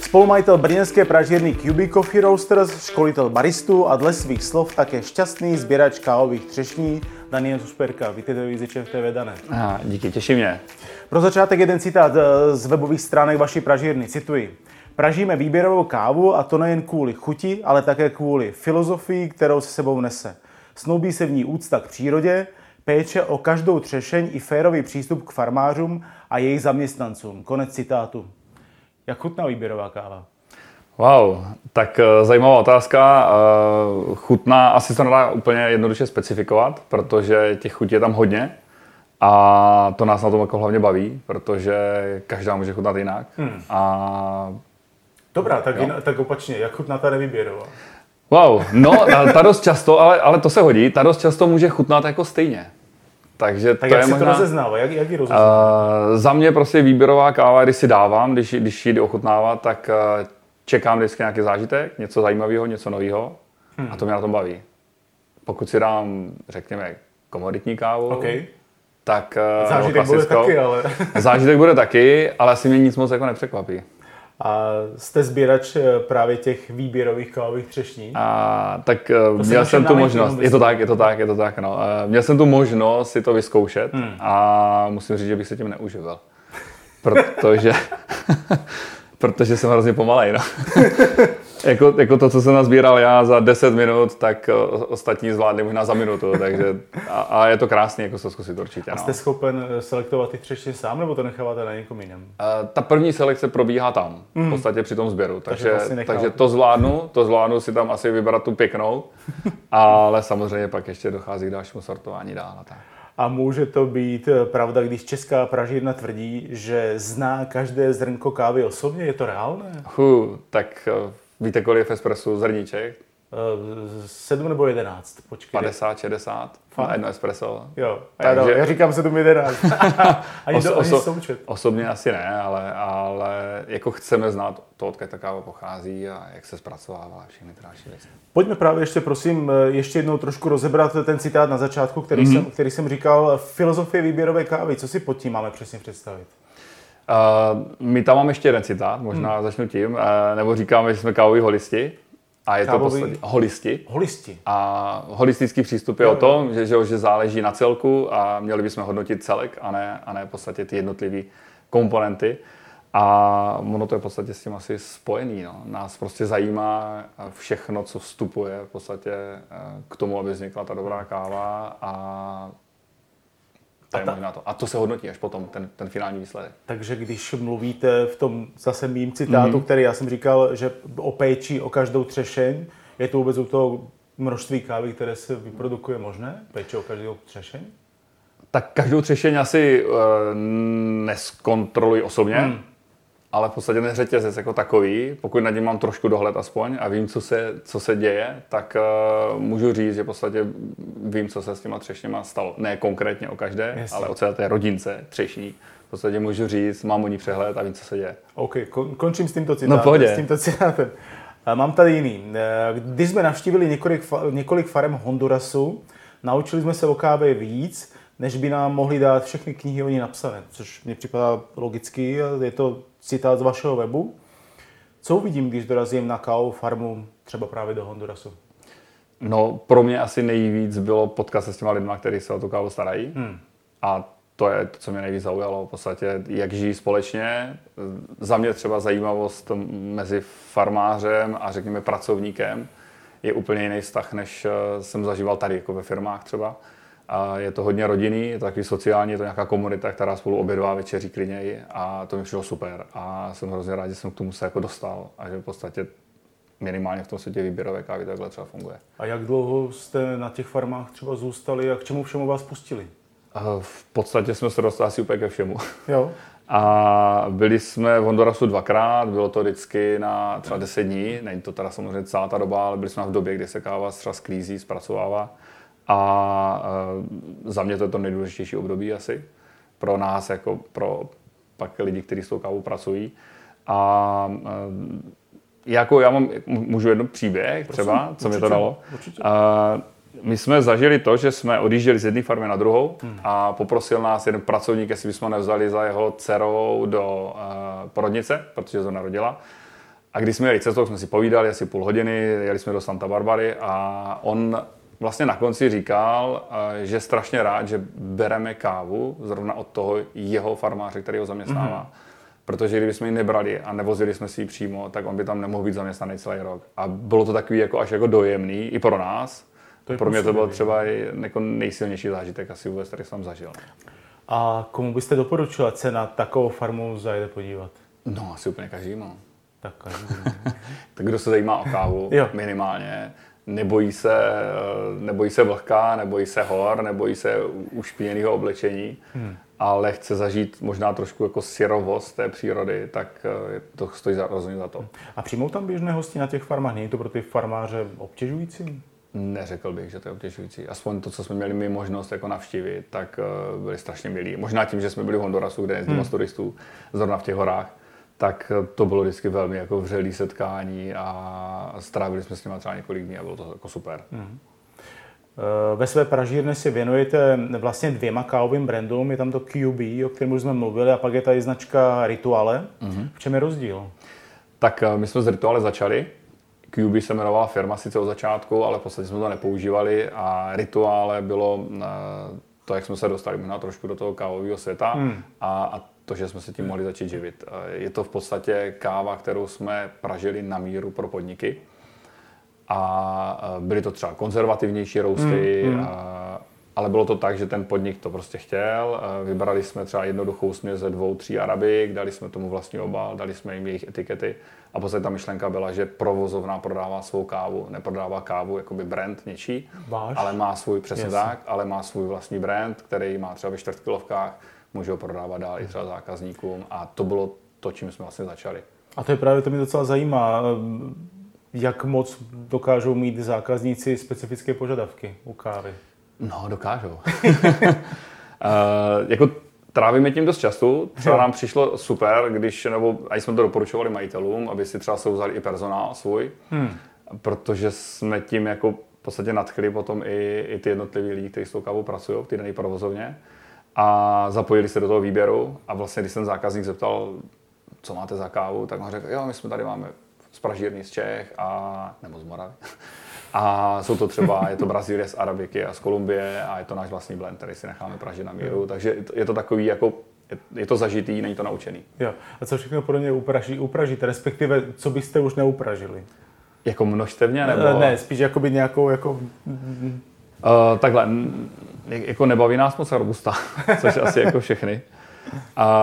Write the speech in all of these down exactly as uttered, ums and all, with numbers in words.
Spolumajitel brněnské pražírny Q B Coffee Roasters, školitel baristů a dle svých slov také šťastný sběrač kávových třešní Daniel Susperka. Vítejte v ČT V, Dané. Aha, díky, těší mě. Pro začátek jeden citát z webových stránek vaší pražírny. Cituji. Pražíme výběrovou kávu a to nejen kvůli chuti, ale také kvůli filozofii, kterou se sebou nese. Snoubí se v ní úcta k přírodě, péče o každou třešeň i férový přístup k farmářům a jejich zaměstnancům. Konec citátu. Jak chutná výběrová káva? Wow, tak uh, zajímavá otázka. Uh, chutná asi se nedá úplně jednoduše specifikovat, protože těch chutí je tam hodně a to nás na tom jako hlavně baví, protože každá může chutnat jinak. Hmm. A... Dobrá, tak, jinak, tak opačně, jak chutná ta nevýběrová? Wow, no ta dost často, ale, ale to se hodí, ta dost často může chutnat jako stejně. Takže tak to jak je si možná... to rozeznává? Jak, jak ji rozeznává? Uh, za mě prostě výběrová káva, když si dávám, když, když ji jdu ochutnávat, tak uh, čekám vždycky nějaký zážitek, něco zajímavého, něco nového hmm. a to mě na tom baví. Pokud si dám, řekněme, komoditní kávu, okay. tak... Uh, zážitek bude taky, ale... zážitek bude taky, ale asi mě nic moc jako nepřekvapí. A jste sběrač právě těch výběrových kávových třešní? A, tak to měl jsem tu možnost, je to tak, je to tak, je to tak, no. Měl jsem tu možnost si to vyzkoušet hmm. a musím říct, že bych se tím neuživil. Protože, protože jsem hrozně pomalej, no. jako, jako to, co jsem nazbíral já za deset minut, tak ostatní zvládli možná za minutu, takže a, a je to krásný, jako se zkusit určitě. A jste no. schopen selektovat ty třešně sám, nebo to necháváte na někom jiném? Uh, ta první selekce probíhá tam, mm. v podstatě při tom sběru, takže, takže, vlastně takže to zvládnu, to zvládnu si tam asi vybrat tu pěknou, ale samozřejmě pak ještě dochází k dalšímu sortování dál a tak. A může to být pravda, když česká pražírna tvrdí, že zná každé zrnko kávy osobně? Je to reálné? Huh, tak víte, kolik je v espressu zrníček? sedm nebo jedenáct, počkej. padesát, šedesát na jedno espresso. Jo, já, Takže... já říkám sedm jedenáct. ani oso, do, ani oso, součet. Osobně asi ne, ale, ale jako chceme znát to, odkud ta káva pochází a jak se zpracovává všechny ty další věci. Pojďme právě ještě, prosím, ještě jednou trošku rozebrat ten citát na začátku, který, mm-hmm. jsem, který jsem říkal, filozofie výběrové kávy. Co si pod tím máme přesně představit? Uh, my tam máme ještě jeden citát, možná hmm. začnu tím, uh, nebo říkáme, že jsme kávoví holisti. A je Kávový... to v podstatě holisti. Holisti. A holistický přístup je jo, o tom, že, že, že záleží na celku a měli bychom hodnotit celek a ne, a ne v podstatě ty jednotlivé komponenty. A ono to je v podstatě s tím asi spojený. No. Nás prostě zajímá všechno, co vstupuje v podstatě k tomu, aby vznikla ta dobrá káva a to je možná to. A to se hodnotí až potom, ten, ten finální výsledek. Takže když mluvíte v tom zase mým citátu, mm-hmm. který já jsem říkal, že o péči o každou třešeň, je to vůbec u toho množství kávy, které se vyprodukuje možné? Péče o každou třešeň? Tak každou třešeň asi uh, neskontroluji osobně, mm. ale v podstatě ten řetězec jako takový, pokud nad ním mám trošku dohled aspoň a vím, co se, co se děje, tak uh, můžu říct, že v podstatě vím, co se s těma třešněma stalo. Ne konkrétně o každé, Jasně. ale o celé té rodince třešní. V podstatě můžu říct, mám o ní přehled a vím, co se děje. OK, kon- končím s tímto citátem. No, s tímto citátem. Mám tady jiný. Když jsme navštívili několik, několik farem Hondurasu, naučili jsme se o kávě víc, než by nám mohli dát všechny knihy o ní napsané, což mně připadá logický, je to citát z vašeho webu. Co uvidím, když dorazím na kávovou farmu, třeba právě do Hondurasu? No, pro mě asi nejvíc bylo potkat se s těma lidma, kteří se o tu kávu starají. Hmm. A to je to, co mě nejvíc zaujalo, v podstatě, jak žijí společně. Za mě třeba zajímavost mezi farmářem a řekněme pracovníkem je úplně jiný vztah, než jsem zažíval tady, jako ve firmách třeba. A je to hodně rodinný, je to takový sociální, je to nějaká komunita, která spolu obědvá, večeří klidněji a to mi přišlo super. A jsem hrozně rád, že jsem k tomu se jako dostal a že v podstatě minimálně v tom světě výběrové kávy takhle třeba funguje. A jak dlouho jste na těch farmách třeba zůstali a k čemu všemu vás pustili? V podstatě jsme se dostali asi úplně ke všemu. Jo. A byli jsme v Hondurasu dvakrát, bylo to vždycky na třeba deset dní, není to teda samozřejmě celá ta doba, ale byli jsme v době, kdy se káva třeba sklízí, zpracovává. A e, za mě to je to nejdůležitější období asi pro nás, jako pro pak lidi, kteří s tou kávou pracují. A e, jako já mám, můžu jedno příběh třeba, Prosím, co určitě, mi to dalo. E, my jsme zažili to, že jsme odjížděli z jedné farmy na druhou hmm. a poprosil nás jeden pracovník, jestli bychom nevzali za jeho dcerou do e, porodnice, protože to narodila. A když jsme jeli cestou, jsme si povídali asi půl hodiny, jeli jsme do Santa Barbary a on vlastně na konci říkal, že je strašně rád, že bereme kávu zrovna od toho jeho farmáře, který ho zaměstnává. Mm-hmm. Protože kdybychom ji nebrali a nevozili jsme si ji přímo, tak on by tam nemohl být zaměstnaný celý rok. A bylo to takový jako až jako dojemný i pro nás. To pro mě to byl třeba jako nejsilnější zážitek asi vůbec, který jsem zažil. A komu byste doporučil, ať se na takovou farmu zajde podívat? No, asi úplně každému. Tak každý. Tak kdo se zajímá o kávu, jo. minimálně, nebojí se, nebojí se vlhka, nebojí se hor, nebojí se ušpiněného oblečení, hmm. ale chce zažít možná trošku jako syrovost té přírody, tak to stojí za, rozhodně za to. A přijmou tam běžné hosti na těch farmách? Není to pro ty farmáře obtěžující? Neřekl bych, že to je obtěžující. Aspoň to, co jsme měli my možnost jako navštívit, tak byli strašně milí. Možná tím, že jsme byli v Hondurasu, kde jezdí moc hmm. turistů, zrovna v těch horách, tak to bylo vždycky velmi jako vřelý setkání a strávili jsme s nimi třeba několik dní a bylo to jako super. Hmm. Ve své pražírně si věnujete vlastně dvěma kávovým brandům. Je tam to Q B, o kterém už jsme mluvili, a pak je tady značka Rituale. Hmm. V čem je rozdíl? Tak my jsme s Rituale začali. Q B se jmenovala firma sice od začátku, ale v podstatě jsme to nepoužívali a Rituale bylo to, jak jsme se dostali možná trošku do toho kávového světa hmm. a, a to, že jsme se tím mohli začít živit. Je to v podstatě káva, kterou jsme pražili na míru pro podniky a byly to třeba konzervativnější rousty, hmm. a, ale bylo to tak, že ten podnik to prostě chtěl. Vybrali jsme třeba jednoduchou směs ze dvou, tří arabik, dali jsme tomu vlastní obal, dali jsme jim jejich etikety a v podstatě ta myšlenka byla, že provozovna prodává svou kávu, neprodává kávu jakoby brand něčí, Váš? ale má svůj přesně yes. tak, ale má svůj vlastní brand, který má třeba ve čtvrtkilovkách, může ho prodávat dál i třeba zákazníkům a to bylo to, čím jsme vlastně začali. A to je právě, to mě docela zajímá, jak moc dokážou mít zákazníci specifické požadavky u kávy? No, dokážou. uh, jako trávíme tím dost času. Třeba nám přišlo super, když, nebo a jsme to doporučovali majitelům, aby si třeba se vzali i personál svůj, hmm. protože jsme tím jako v podstatě nadchli potom i, i ty jednotliví lidi, kteří s tou kávou pracují v té dané provozovně a zapojili se do toho výběru a vlastně, když ten zákazník zeptal, co máte za kávu, tak on řekl, jo, my jsme tady máme z pražírny z Čech a nebo z Moravy. A jsou to třeba, je to Brazílie z Arabiky a z Kolumbie a je to náš vlastní blend, který si necháme pražit na míru. Takže je to takový jako, je to zažitý, není to naučený. Jo. A co všechno podle mě upraží, upražíte, respektive co byste už neupražili? Jako množstevně nebo? Ne, spíš jakoby nějakou jako... Uh, takhle, jako nebaví nás moc robusta, což asi jako všechny. Uh,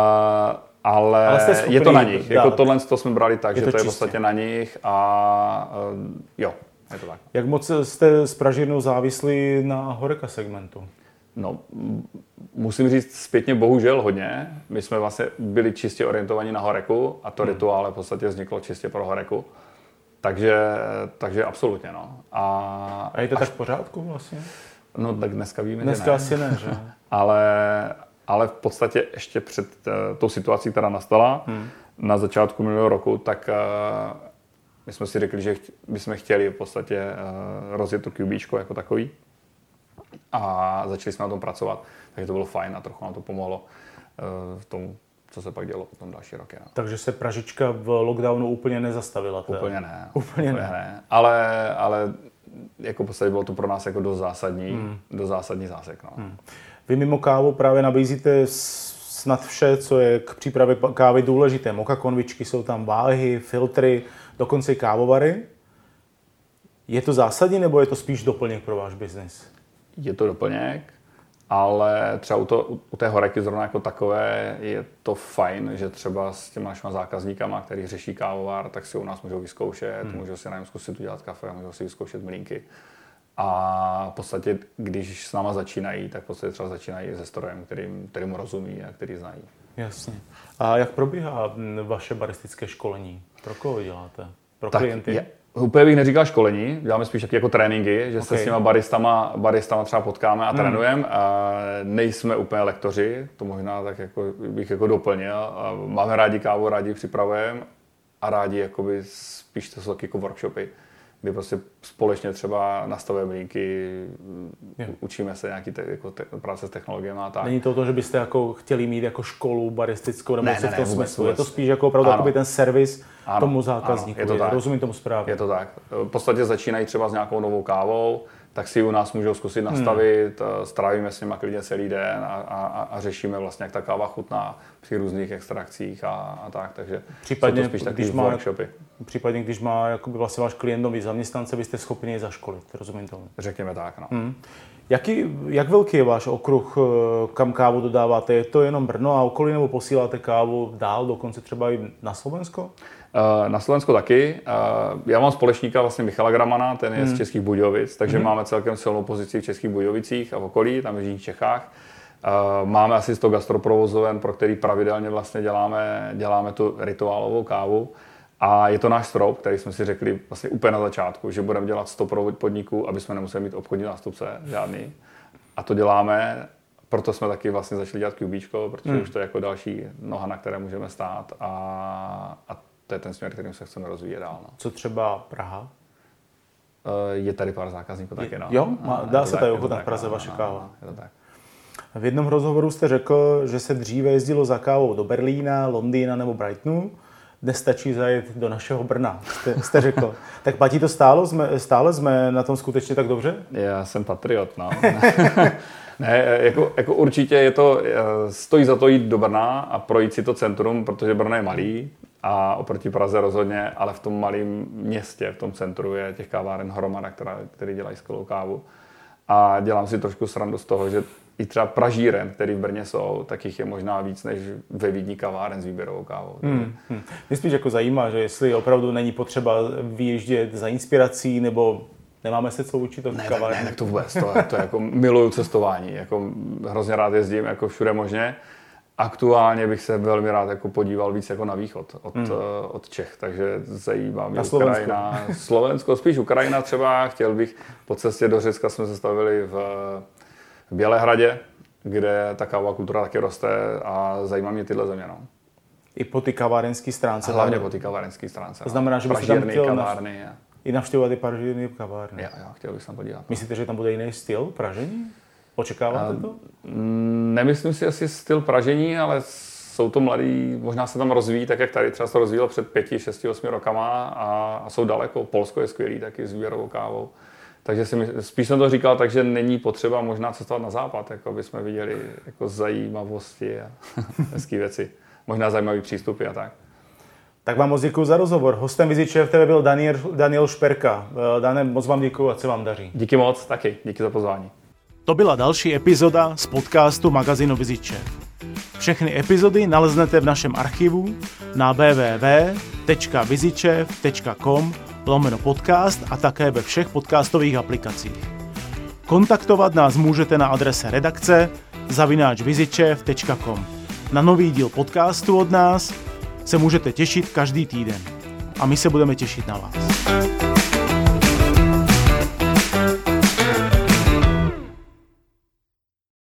ale, ale je to na nich. Jako tohle to jsme brali tak, je že to, to je v podstatě na nich a uh, jo. Je to tak. Jak moc jste s pražírnou závislí na Horeca segmentu? No, musím říct zpětně bohužel hodně. My jsme vlastně byli čistě orientovaní na Horecu a to hmm. Rituále v podstatě vzniklo čistě pro Horecu. Takže, takže absolutně, no. A, a je to až, tak v pořádku vlastně? No, tak dneska víme, dneska že ne. asi ne, že? ale, ale v podstatě ještě před uh, tou situací, která nastala hmm. na začátku minulého roku, tak uh, my jsme si řekli, že bychom chtěli v podstatě uh, rozjet to QBčko jako takový a začali jsme na tom pracovat, takže to bylo fajn a trochu nám to pomohlo uh, v tom, co se pak dělo potom další roky. No. Takže se pražička v lockdownu úplně nezastavila? Teda. Úplně ne. Úplně, úplně ne. ne. Ale, ale jako v podstatě bylo to pro nás jako dost zásadní, hmm. dost zásadní zásek. No. Hmm. Vy mimo kávu právě nabízíte snad vše, co je k přípravě kávy důležité. Moka konvičky, jsou tam váhy, filtry, dokonce i kávovary. Je to zásadní, nebo je to spíš doplněk pro váš biznis? Je to doplněk, ale třeba u, to, u té Horeky zrovna jako takové je to fajn, že třeba s těma našima zákazníkama, který řeší kávovar, tak si u nás můžou vyzkoušet, hmm. můžou si na něm zkusit udělat kafe, můžou si vyzkoušet mlýnky. A v podstatě, když s náma začínají, tak v podstatě třeba začínají se strojem, kterým, kterým rozumí a který znají. Jasně. A jak probíhá vaše baristické školení? Pro koho děláte? Pro tak klienty? Je, úplně bych neříkal školení, děláme spíš taky jako tréninky, že okay. se s těma baristama, baristama třeba potkáme a hmm. trénujeme. A nejsme úplně lektoři, to možná tak jako bych jako doplnil. A máme rádi kávu, rádi připravujeme a rádi jakoby spíš to jsou taky jako workshopy, kdy prostě společně třeba nastavujeme linky, učíme se nějaký te, jako te, práce s technologiemi a tak. Není to to, že byste jako chtěli mít jako školu baristickou nebo něco v tom smyslu. Je to spíš jako opravdu jakoby ten servis ano, tomu zákazníku. Ano, je to tak. Rozumím tomu správně. Je to tak. V podstatě začínají třeba s nějakou novou kávou, tak si u nás můžou zkusit nastavit, hmm. strávíme s nimi klidně celý den a, a, a řešíme vlastně, jak ta káva chutná při různých extrakcích a, a tak, takže případně, jsou to spíš takový má, workshopy. Případně, když má jakoby vlastně váš klient nový zaměstnance, byste schopni je zaškolit, rozumím tomu. Řekněme tak, no. Hmm. Jaký, jak velký je váš okruh, kam kávu dodáváte? Je to jenom Brno a okolí, nebo posíláte kávu dál, dokonce třeba i na Slovensko? Na Slovensko taky. Já mám společníka vlastně Michala Gramana, ten je hmm. z Českých Budějovic, takže hmm. máme celkem silnou pozici v Českých Budějovicích a v okolí, tam v jižních Čechách. Máme asi sto gastroprovozoven, pro který pravidelně vlastně děláme, děláme tu rituálovou kávu. A je to náš strop, který jsme si řekli vlastně úplně na začátku, že budeme dělat sto podniků, aby jsme nemuseli mít obchodní nástupce žádný. A to děláme, proto jsme taky vlastně začali dělat QBčko, protože hmm. už to je jako další noha, na které můžeme stát. A, a to je ten směr, kterým se chceme rozvíjet dál. No. Co třeba Praha? Je tady pár zákazníků taky, no. Jo? Má, dá se tady ochutnat v Praze vaše káva? Je to tak. V jednom rozhovoru jste řekl, že se dříve jezdilo za kávou do Berlína, Londýna nebo Brightonu. Dnes stačí zajet do našeho Brna, jste, jste řekl. Tak platí to stále? Jsme, stále jsme na tom skutečně tak dobře? Já jsem patriot, no. Ne, jako, jako určitě je to, stojí za to jít do Brna a projít si to centrum, protože Brno je malý a oproti Praze rozhodně, ale v tom malém městě, v tom centru je těch káváren hromada, která, který dělají skvělou kávu. A dělám si trošku srandu z toho, že i třeba pražíren, který v Brně jsou, tak jich je možná víc než ve Vídni kaváren s výběrovou kávou. Hmm, hmm. Mě spíš jako zajímá, že jestli opravdu není potřeba vyjíždět za inspirací, nebo nemáme se co učit od kaváren. Ne, tak to vůbec, to, to jako miluju cestování, jako hrozně rád jezdím jako všude možně. Aktuálně bych se velmi rád jako podíval víc jako na východ od, hmm. od Čech, takže zajímá mě Ukrajina, Slovensko, spíš Ukrajina třeba, chtěl bych, po cestě do Řecka jsme se stavili v, v Bělehradě, kde ta kávová kultura taky roste a zajímá mě tyhle země. No. I po ty kavárenské stránce? A hlavně po ty kavárenské stránce. To znamená, že byste tam chtěl kavárny, navš- i navštěvovat i pražírny kavárny? Jo, jo, chtěl bych se tam podívat. Myslíte, že tam bude jiný styl pražení? Očekáváte to? Nemyslím si asi styl pražení, ale jsou to mladí, možná se tam rozvíjí, tak jak tady třeba se to rozvíjelo před pěti, šesti, osmi rokama a, a jsou daleko. Polsko je skvělý taky s výběrovou kávou. Takže si mysl, spíš jsem to říkal, takže není potřeba možná cestovat na západ, jako aby jsme viděli jako zajímavosti a hezké věci. Možná zajímavý přístupy a tak. Tak vám moc děkuji za rozhovor. Hostem Viziče v tebe byl Daniel, Daniel Šperka. Dane, moc vám děkuji a se vám daří. Díky moc, taky. Díky za pozvání. To byla další epizoda z podcastu magazínu Viziče. Všechny epizody naleznete v našem archivu na w w w tečka vizičev tečka com lomeno podcast a také ve všech podcastových aplikacích. Kontaktovat nás můžete na adrese redakce zavináč vizičev tečka com. Na nový díl podcastu od nás se můžete těšit každý týden. A my se budeme těšit na vás.